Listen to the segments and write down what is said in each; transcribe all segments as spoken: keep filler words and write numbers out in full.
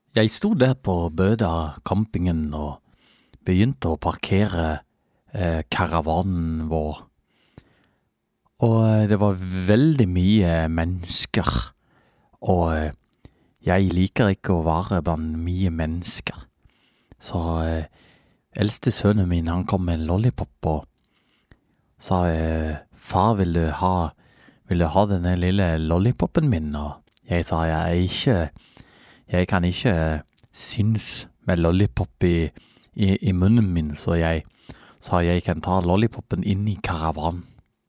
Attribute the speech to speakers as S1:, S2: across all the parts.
S1: Jeg stod der på Bøda campingen og begynte å parkere eh, karavanen vår. Og det var veldig mye mennesker, og eh, jeg liker ikke å være blant mye mennesker. Så eh, eldste sønnen min, han kom med en lollipop og sa, eh, far, vil du ha, vil du ha denne lille lollipopen min? Og jeg sa, jeg er ikke... Jeg kan ikke syns med lollipop i, i, i munnen min, så jeg sa jeg kan ta lollipopen inn i karavanen.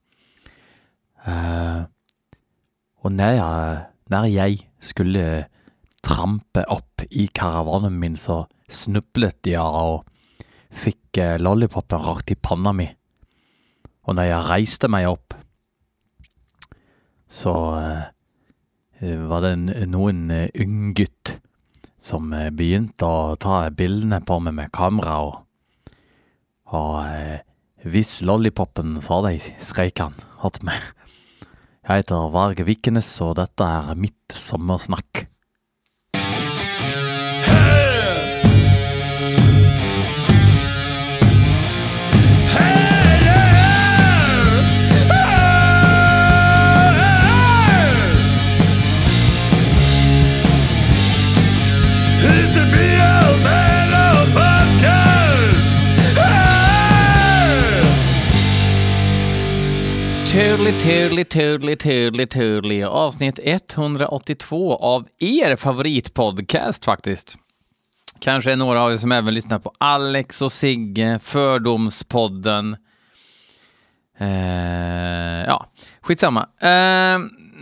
S1: Uh, og når jeg, når jeg skulle trampe opp i karavanen min, så snublet jeg og fikk uh, lollipopen rakt i panna mi. Og når jeg reiste meg opp, så... Uh, var det noen ung gutt som begynte å ta bildene på meg med kamera, og, og eh, hvis lollipopen sa deg, skrek han hatt meg. Jeg heter Varg Vikenes, og dette er mitt sommersnakk. Tydlig, tydlig, tydlig, tydlig, tydlig. Avsnitt etthundraåttiotvå av er favoritpodcast faktiskt. Kanske är några av er som även lyssnar på Alex och Sigge, Fördomspodden. Eh, ja, skitsamma. Eh,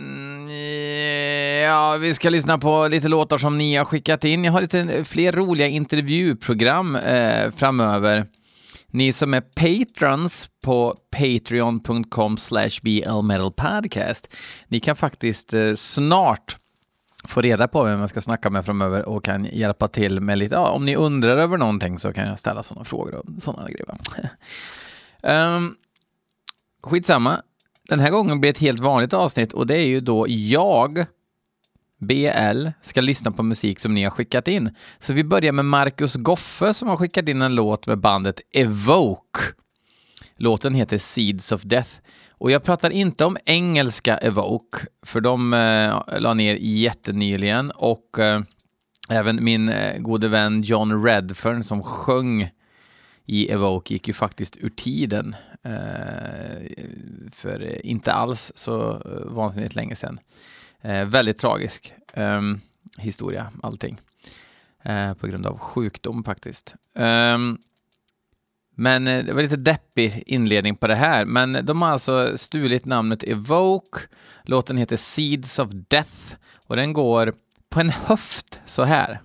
S1: ja, vi ska lyssna på lite låtar som ni har skickat in. Jag har lite fler roliga intervjuprogram eh, framöver. Ni som är patrons på patreon dot com slash b l metal podcast, ni kan faktiskt eh, snart få reda på vem man ska snacka med framöver och kan hjälpa till med lite, ja, om ni undrar över någonting så kan jag ställa sådana frågor och sådana grejer. um, skitsamma. Den här gången blir ett helt vanligt avsnitt, och det är ju då jag, B L, ska lyssna på musik som ni har skickat in. Så vi börjar med Marcus Goffe som har skickat in en låt med bandet Evoke. Låten heter Seeds of Death. Och jag pratar inte om engelska Evoke, för de eh, la ner jättenyligen. Och eh, även min eh, gode vän John Redfern som sjöng i Evoke gick ju faktiskt ur tiden. Eh, för inte alls så vansinnigt länge sedan. Eh, väldigt tragisk eh, historia, allting. Eh, på grund av sjukdom faktiskt. Eh, men eh, det var lite deppig inledning på det här. Men de har alltså stulit namnet Evoke. Låten heter Seeds of Death. Och den går på en höft så här.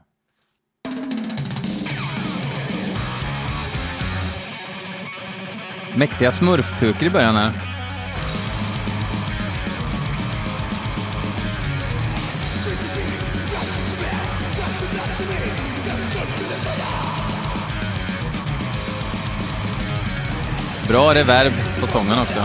S1: Mäktiga smurfpuker i början här. Bra reverb på sången också.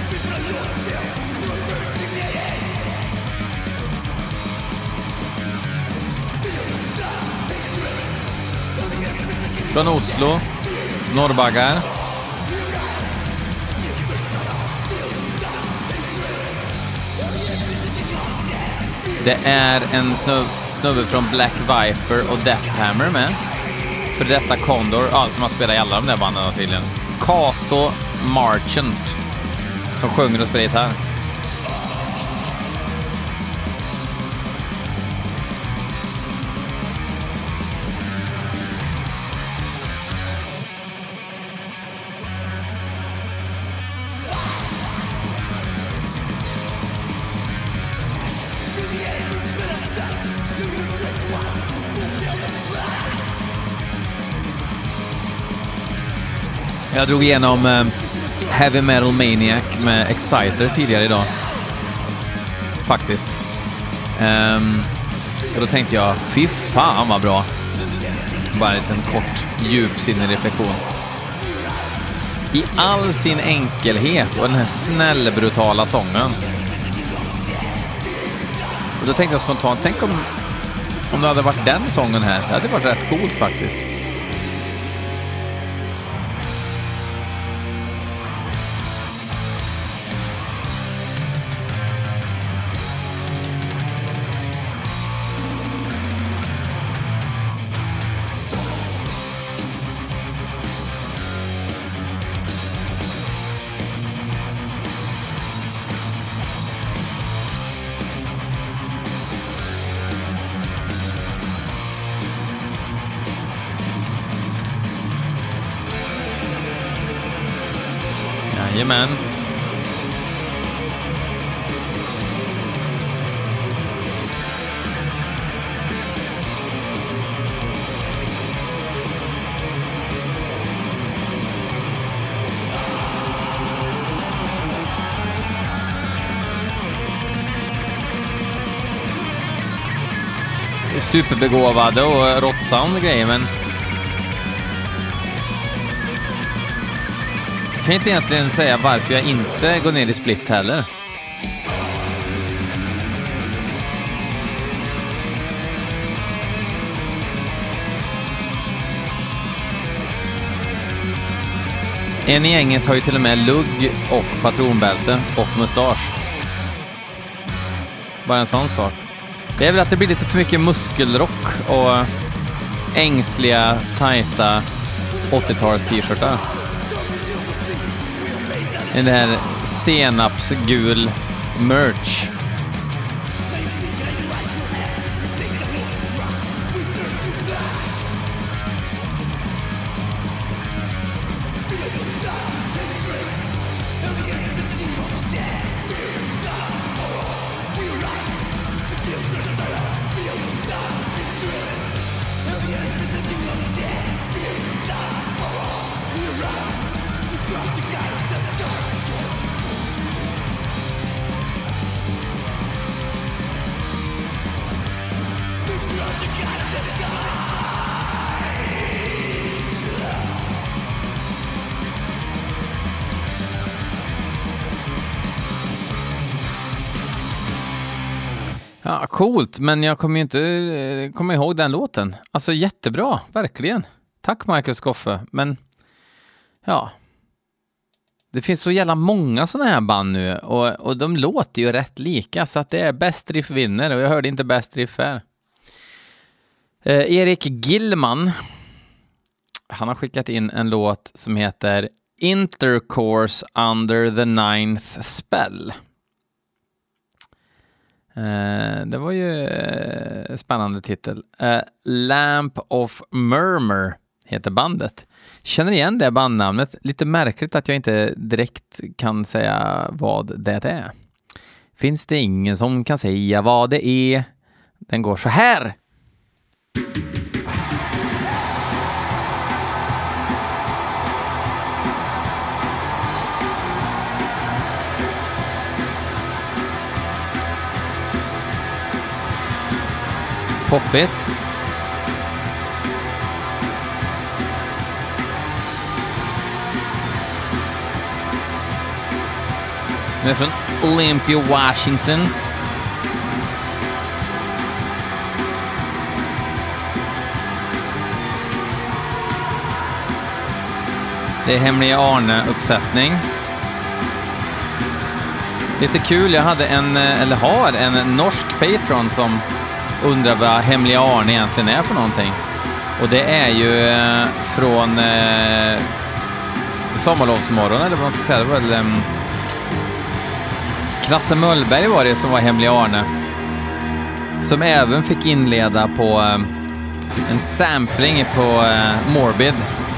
S1: Från Oslo, Norrbaggar. Det är en snuv, snubbe från Black Viper och Death Hammer med. För detta Condor, ja, som har spelat i alla de där banden tydligen. Kato Marchant som sjunger och spelar gitarr. Jag drog igenom eh, Heavy Metal Maniac med Exciter tidigare idag. Faktiskt. Um, och då tänkte jag, fy fan vad bra. Bara en liten kort, djupsinnig reflektion. I all sin enkelhet och den här snälla, brutala sången. Och då tänkte jag spontant, tänk om Om det hade varit den sången här, det hade varit rätt coolt faktiskt. Jajamän. Superbegåvade och rått sound grejer, men jag kan inte egentligen säga varför jag inte går ner i split heller. En i gänget har ju till och med lugg och patronbälte och mustasch. Bara en sån sak. Det är väl att det blir lite för mycket muskelrock och ängsliga, tajta åttio-tals t-shirtar. Den här senapsgul merch. Ja, coolt, men jag kommer ju inte komma ihåg den låten. Alltså jättebra, verkligen. Tack Marcus Goffe, men ja. Det finns så jävla många såna här band nu och, och de låter ju rätt lika, så att det är bäst riff vinner, och jag hörde inte bäst riff här. Eh, Erik Gillman, han har skickat in en låt som heter Intercourse Under the Ninth Spell. Uh, det var ju uh, spännande titel. Uh, Lamp of Murmur heter bandet. Känner igen det bandnamnet. Lite märkligt att jag inte direkt kan säga vad det är. Finns det ingen som kan säga vad det är? Den går så här. Poppigt. Men från Olympia, Washington. Det är Hemliga Arne-uppsättning. Lite kul, jag hade en, eller har en norsk patron som undrar vad Hemliga Arne egentligen är för någonting. Och det är ju eh, från eh, Sommarlovsmorgon, eller vad man ska säga. Det var väl eh, Klasse Möllberg var det som var Hemliga Arne. Som även fick inleda på eh, en sampling på eh, Morbid.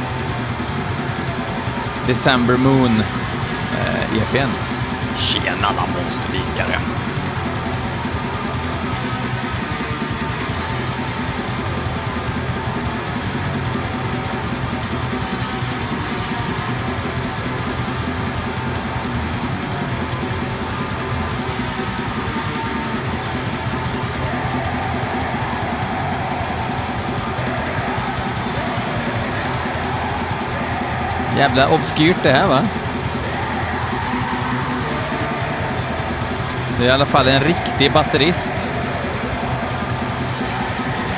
S1: December Moon eh, E P:n. Tjena alla monstervikare. Jävla obskyrt det här, va? Det är i alla fall en riktig batterist.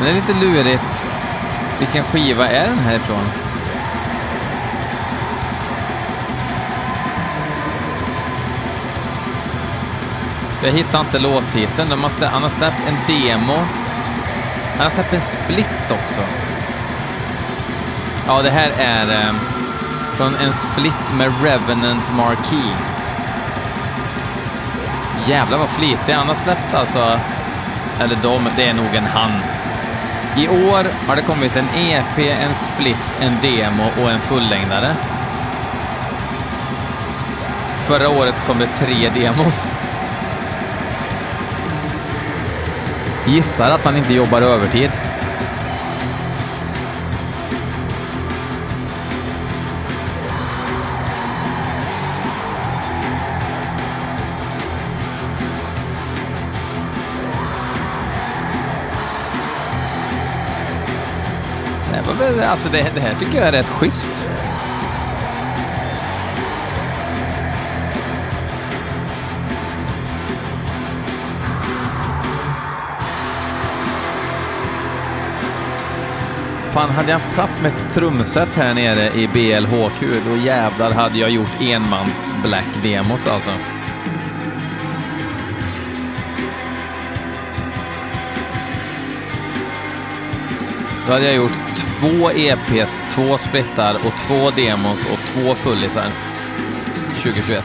S1: det är lite lurigt. Vilken skiva är den här ifrån? Jag hittar inte låttiteln. De har slä- han har släppt en demo. Han har släppt en split också. Ja, det här är eh, från en split med Revenant Marquee. Jävlar vad flitig. Han har släppt alltså... Eller de, det är nog en han. I år har det kommit en E P, en split, en demo och en fullängdare. Förra året kom det tre demos. Gissar att han inte jobbar övertid. Alltså det, det här tycker jag är rätt schysst. Fan, hade jag plats med ett trumset här nere i B L H Q, då jävlar hade jag gjort enmans black demos alltså. Då hade jag gjort två E P:s, två splittar och två demos och två fullisar tjugohundratjugoett.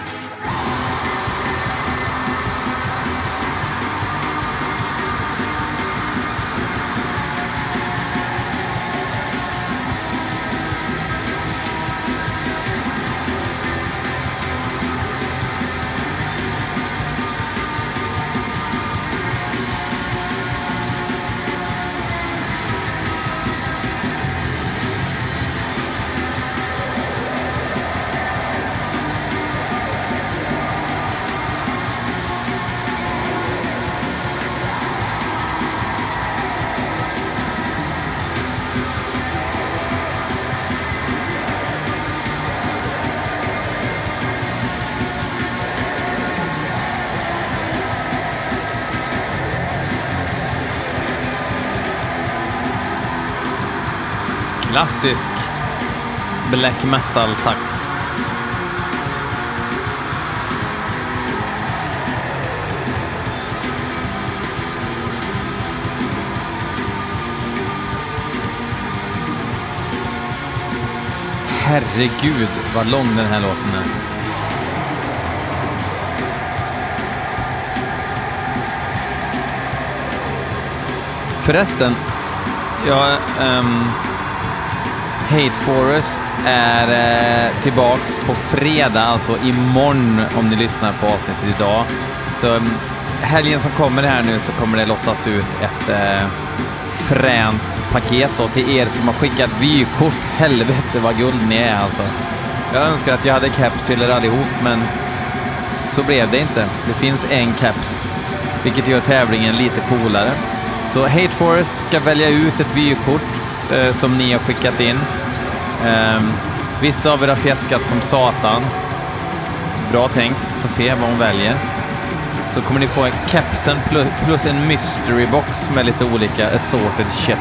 S1: Klassisk black metal-takt. Herregud, vad lång den här låten är. Förresten, jag... Um, Hate Forest är eh, tillbaks på fredag, alltså imorgon om ni lyssnar på avsnittet idag. Så um, helgen som kommer här nu så kommer det lottas ut ett eh, fränt paket då, till er som har skickat vykort. Helvete vad guld ni är alltså. Jag önskar att jag hade caps till er allihop, men så blev det inte. Det finns en caps, vilket gör tävlingen lite coolare. Så Hate Forest ska välja ut ett vykort eh, som ni har skickat in. Eh, vissa av er har fjäskat som satan. Bra tänkt, får se vad hon väljer. Så kommer ni få en capsen plus, plus en mystery box med lite olika assorted shit.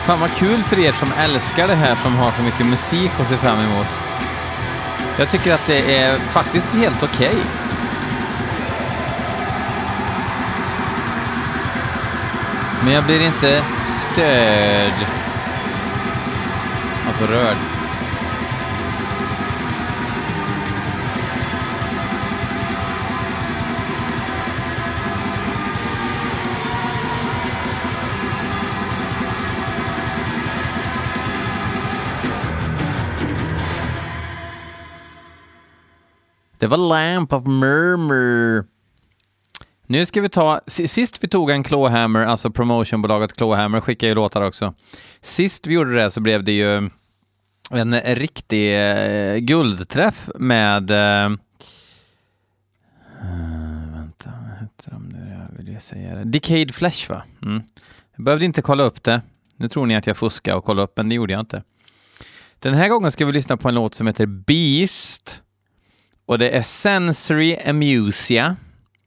S1: Fan vad kul för er som älskar det här, som har så mycket musik att se fram emot. Jag tycker att det är faktiskt helt okej. Okay. Men jag blir inte störd. Alltså rörd. Det var Lamp of Murmur. Nu ska vi ta... Sist vi tog en Clawhammer, alltså promotionbolaget Clawhammer, skickade ju låtar också. Sist vi gjorde det så blev det ju en riktig eh, guldträff med... Eh, vänta, vad heter de nu? Jag vill ju säga det. Decayed Flesh, va? Mm. Jag behövde inte kolla upp det. Nu tror ni att jag fuskar och kolla upp, men det gjorde jag inte. Den här gången ska vi lyssna på en låt som heter Beast. Och det är Sensory Amusia.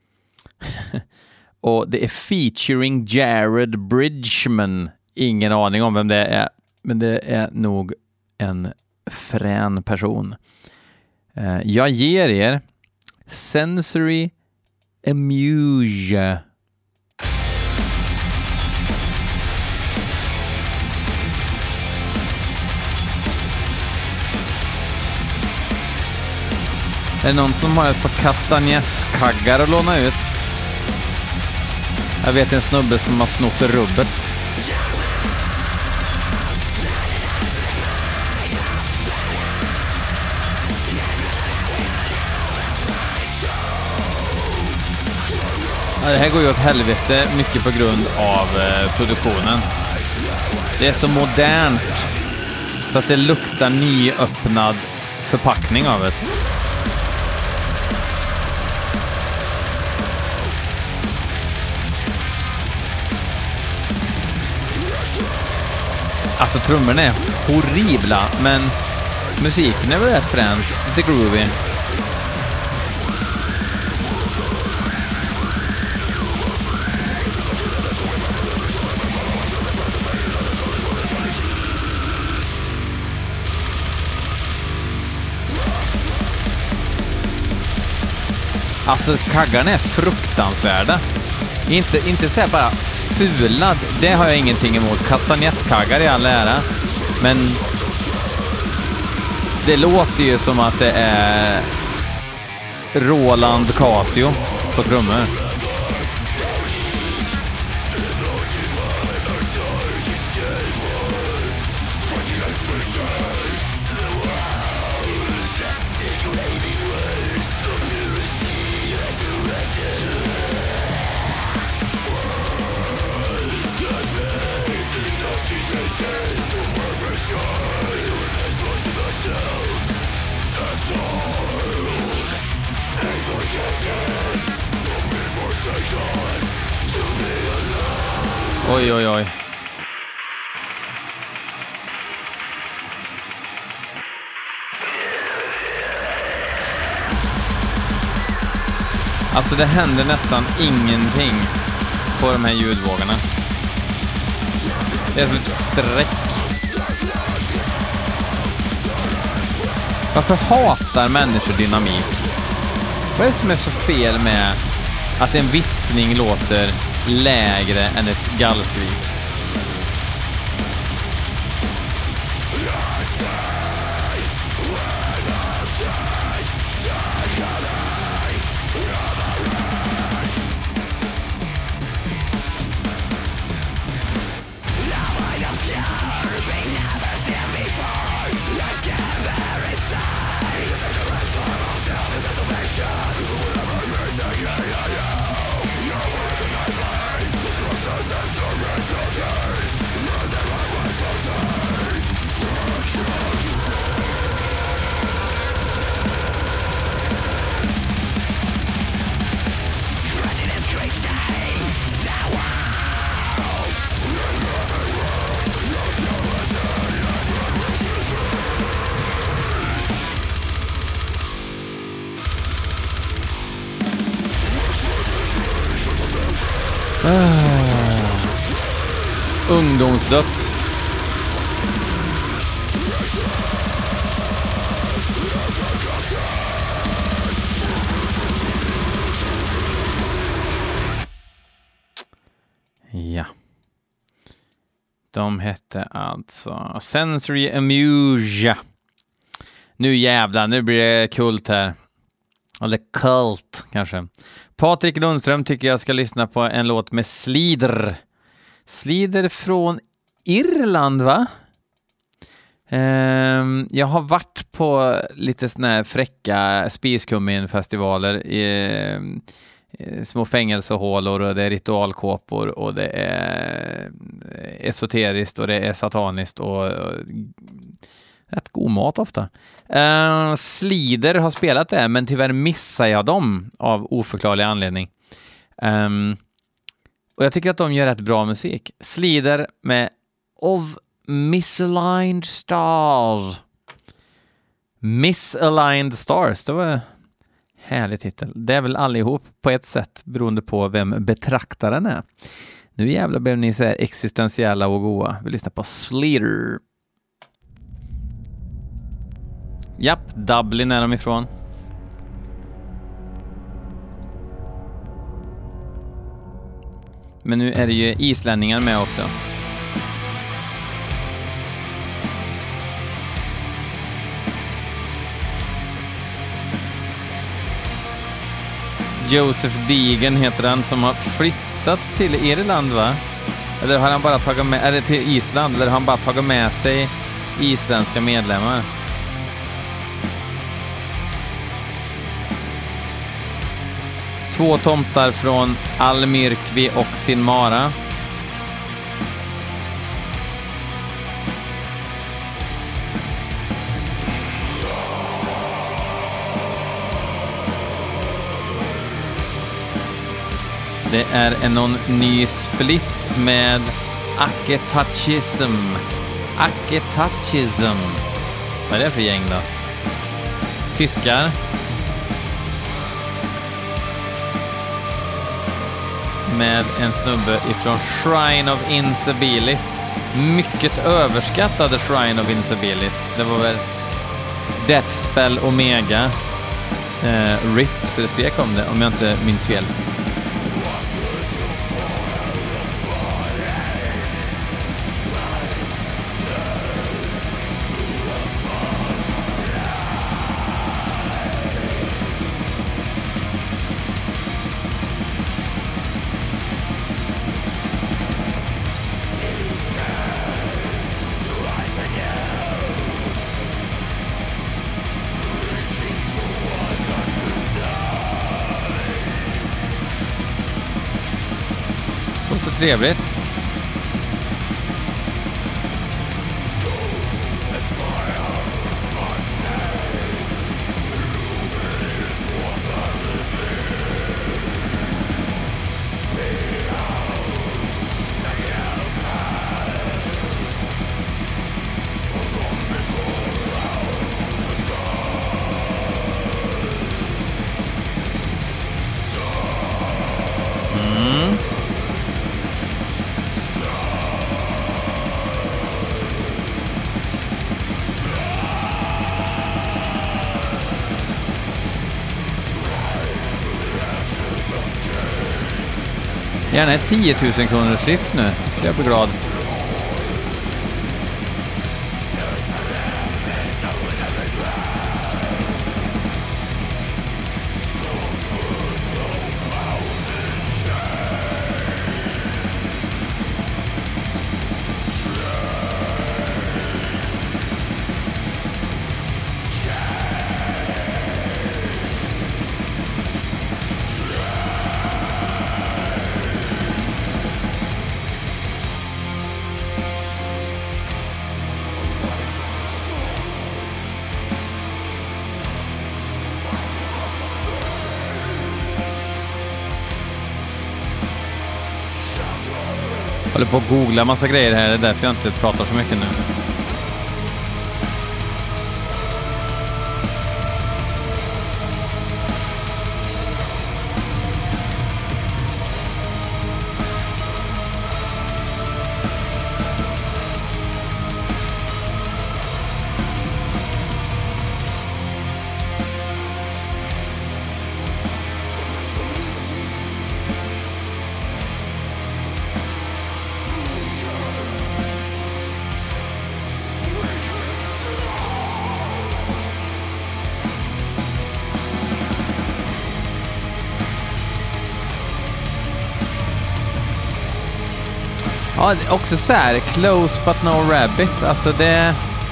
S1: Och det är featuring Jared Bridgman. Ingen aning om vem det är, men det är nog en frän person. Jag ger er Sensory Amusia. Är det någon som har ett par kastanjettkaggar att låna ut? Jag vet en snubbe som har snott rubbet. Ja, det här går ju åt helvete mycket på grund av eh, produktionen. Det är så modernt så att det luktar nyöppnad förpackning av det. Alltså trummorna är horribla, men musiken är väl rätt frän, lite groovy. Alltså kaggarna är fruktansvärda. Inte, inte så här bara fula, det har jag ingenting emot. Kastanjettkaggar i all ära. Men det låter ju som att det är Roland Casio på trummor. Oj, oj, oj. Alltså det händer nästan ingenting på de här ljudvågorna. Det är som ett streck. Varför hatar människor dynamik? Vad är det som är så fel med att en viskning låter lägre än ett gallskrik? Ah. Ungdomsdöds. Ja. De hette alltså Sensory Amusia. Nu jävlar, nu blir det kult här. Eller kult kanske. Patrik Lundström tycker jag ska lyssna på en låt med Slither. Slither från Irland, va? Um, jag har varit på lite såna här fräcka spiskummin-festivaler i um, små fängelsehålor, och det är ritualkåpor och det är esoteriskt och det är sataniskt och, och rätt god mat ofta. Uh, Slither har spelat det, men tyvärr missar jag dem av oförklarlig anledning. Um, och jag tycker att de gör rätt bra musik. Slither med Of Misaligned Stars. Misaligned Stars, det var härlig titel. Det är väl allihop på ett sätt beroende på vem betraktaren är. Nu jävlar blev ni så här existentiella och goa. Vi lyssnar på Slither. Japp, Dublin är de ifrån. Men nu är det ju islänningar med också. Joseph Deegan heter han, som har flyttat till Irland, va? Eller har han bara tagit med, eller till Island, eller har han bara tagit med sig isländska medlemmar? Två tomtar från Almyrkvi och Sinmara. Det är en någon ny split med Aketachism. Aketachism. Vad är det för gäng då? Tyskar. Med en snubbe ifrån Shrine of Insabilis. Mycket överskattade Shrine of Insabilis. Det var väl Deathspell Omega. Eh, R I P, så det skrek om det, om jag inte minns fel. Trevligt. Gärna ett tio tusen kronors skift nu, så skulle jag bli glad. Jag håller på att googla massa grejer här, det är därför jag inte pratar så mycket nu. Ja, också så här, close but no rabbit. Alltså det...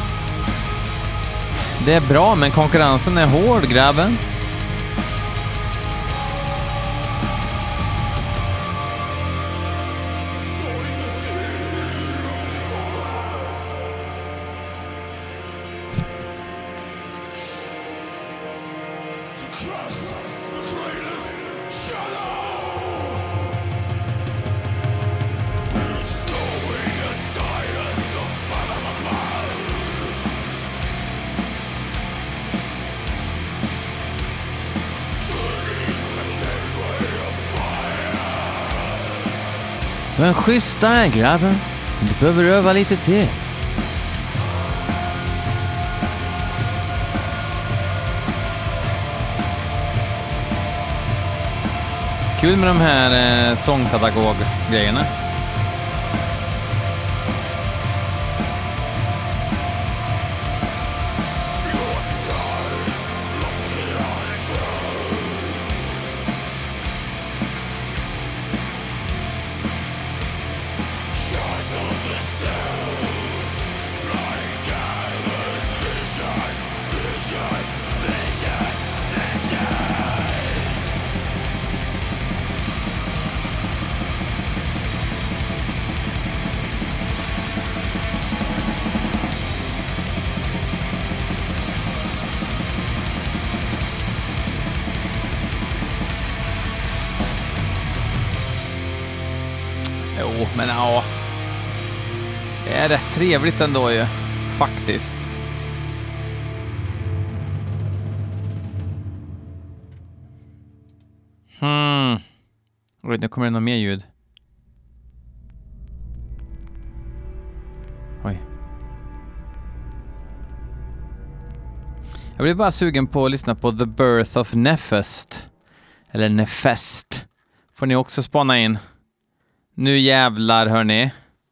S1: Det är bra, men konkurrensen är hård, grabben. Du är en schysst där, grabben. Du behöver öva lite till. Kul med de här eh, sångpedagog-grejerna. Jo, men ja. Det är rätt trevligt ändå ju. Faktiskt. Hmm. Oj, nu kommer det något mer ljud. Oj. Jag blir bara sugen på att lyssna på The Birth of Nefest. Eller Nefest. Får ni också spana in. Nu jävlar, hörni.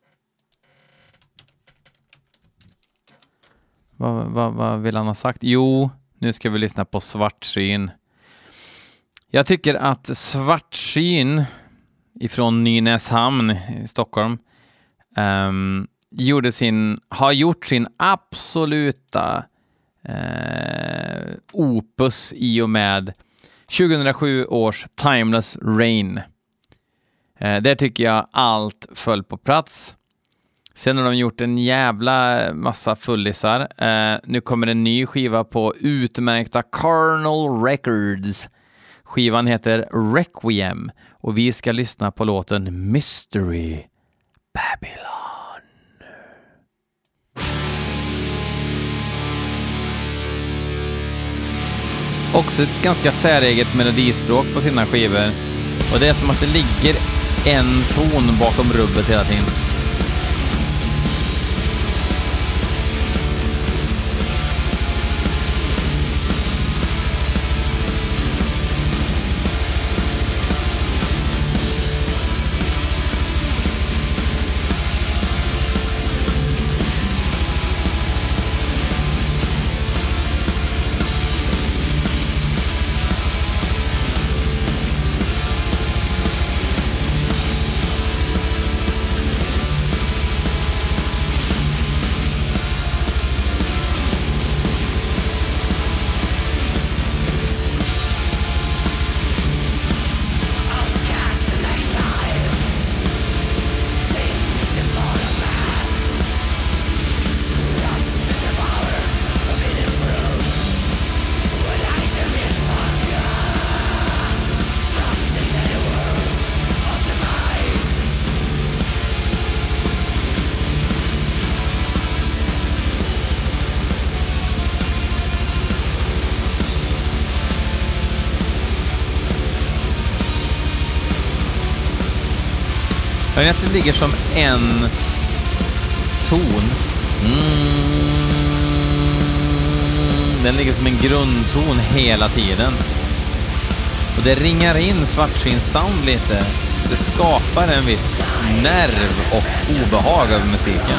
S1: Vad, vad, vad vill han ha sagt? Jo, nu ska vi lyssna på Svartsyn. Jag tycker att Svartsyn ifrån Nynäshamn i Stockholm um, gjorde sin, har gjort sin absoluta uh, opus i och med tjugohundrasju års Timeless Rain. Uh, där tycker jag allt föll på plats. Sen har de gjort en jävla massa fullisar. Uh, nu kommer en ny skiva på utmärkta Carnal Records. Skivan heter Requiem och vi ska lyssna på låten Mystery Babylon. Också ett ganska säreget melodispråk på sina skivor. Och det är som att det ligger en ton bakom rubbet hela tiden. Att det ligger som en ton. Mm. Den ligger som en grundton hela tiden. Och det ringar in Svartsyns sound lite. Det skapar en viss nerv och obehag över musiken.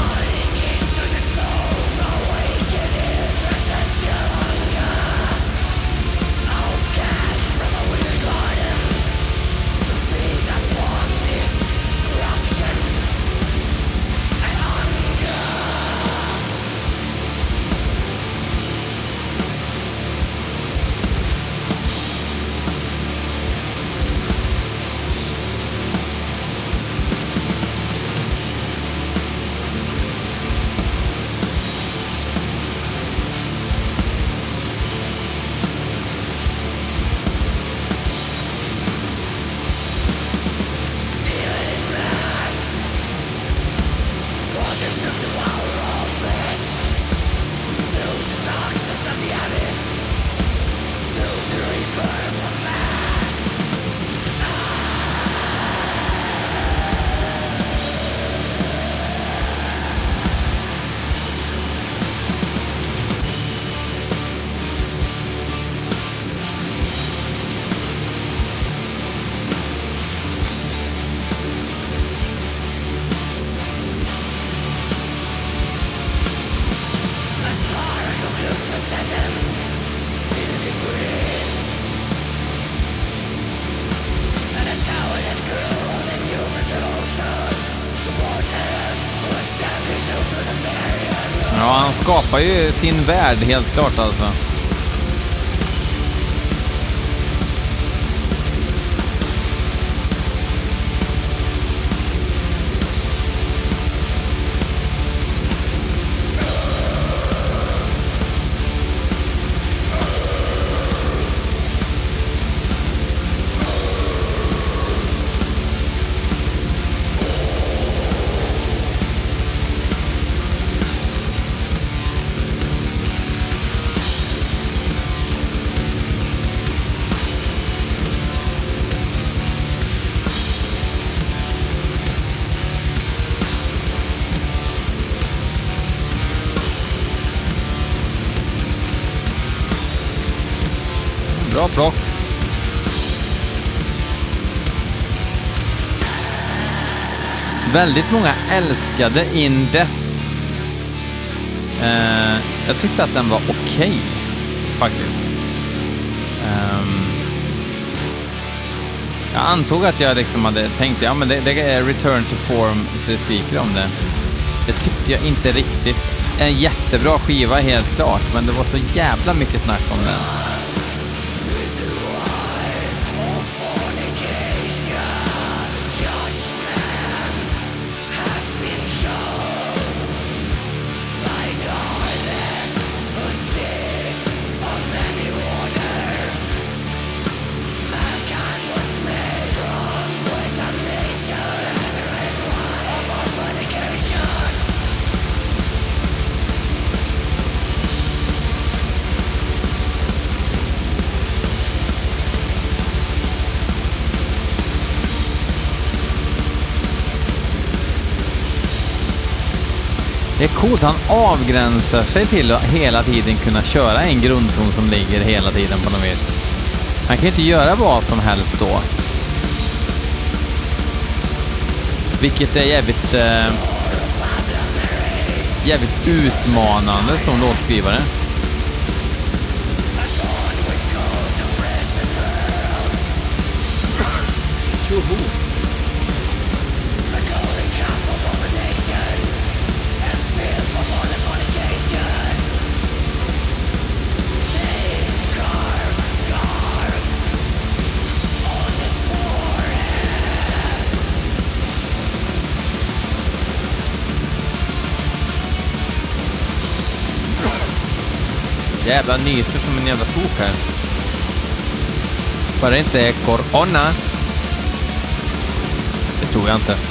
S1: Ja, han skapar ju sin värld helt klart alltså. Bra plock. Väldigt många älskade In Death. Eh, jag tyckte att den var okej, okay, faktiskt. Um, jag antog att jag liksom hade tänkt, ja men det, det är Return to Form, så det skriker om det. Det tyckte jag inte riktigt. En jättebra skiva helt klart, men det var så jävla mycket snack om den. Det är coolt, han avgränsar sig till att hela tiden kunna köra en grundton som ligger hela tiden på något vis. Han kan ju inte göra vad som helst då. Vilket är jävligt, eh, jävligt utmanande som låtskrivare. Tjoho! Jävla nyser som en jävla tok här. Bara inte är corona. Det tror jag inte.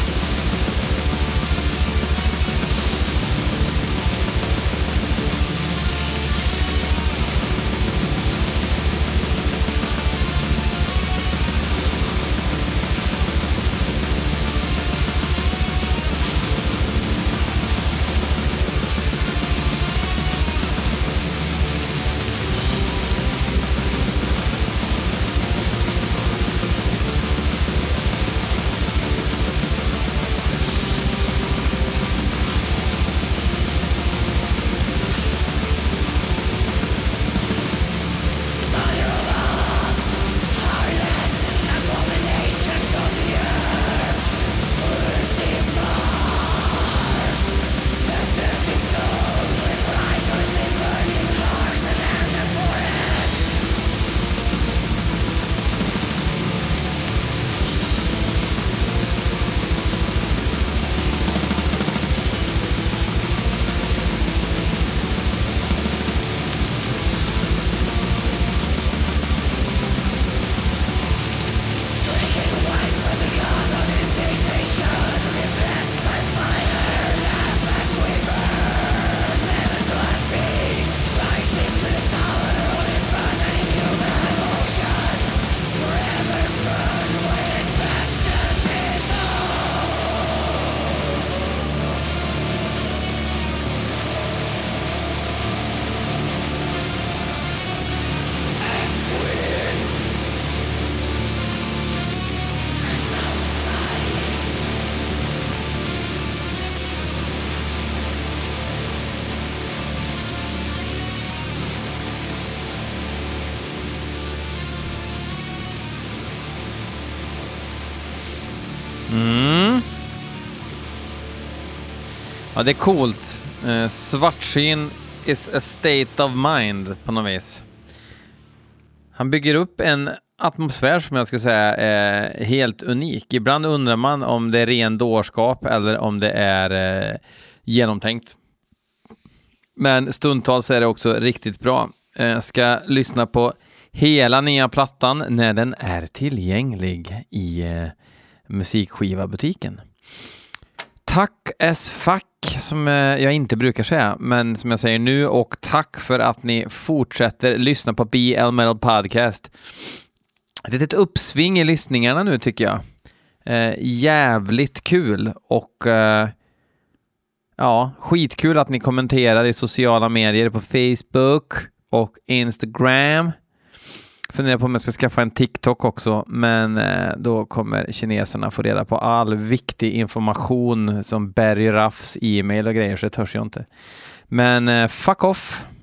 S1: Ja, det är coolt. Eh, svartsyn is a state of mind på något vis. Han bygger upp en atmosfär som jag ska säga är helt unik. Ibland undrar man om det är ren dårskap eller om det är eh, genomtänkt. Men stundtals är det också riktigt bra. Jag ska lyssna på hela nya plattan när den är tillgänglig i eh, musikskiva-butiken. Tack as fuck, som eh, jag inte brukar säga, men som jag säger nu, och tack för att ni fortsätter lyssna på B L Metal Podcast. Det är ett uppsving i lyssningarna nu tycker jag. Eh, jävligt kul och eh, ja, skitkul att ni kommenterar i sociala medier på Facebook och Instagram. Funderar på om jag ska skaffa en TikTok också, men eh, då kommer kineserna få reda på all viktig information som Barry Ruffs e-mail och grejer, så det törs jag inte. Men eh, fuck off.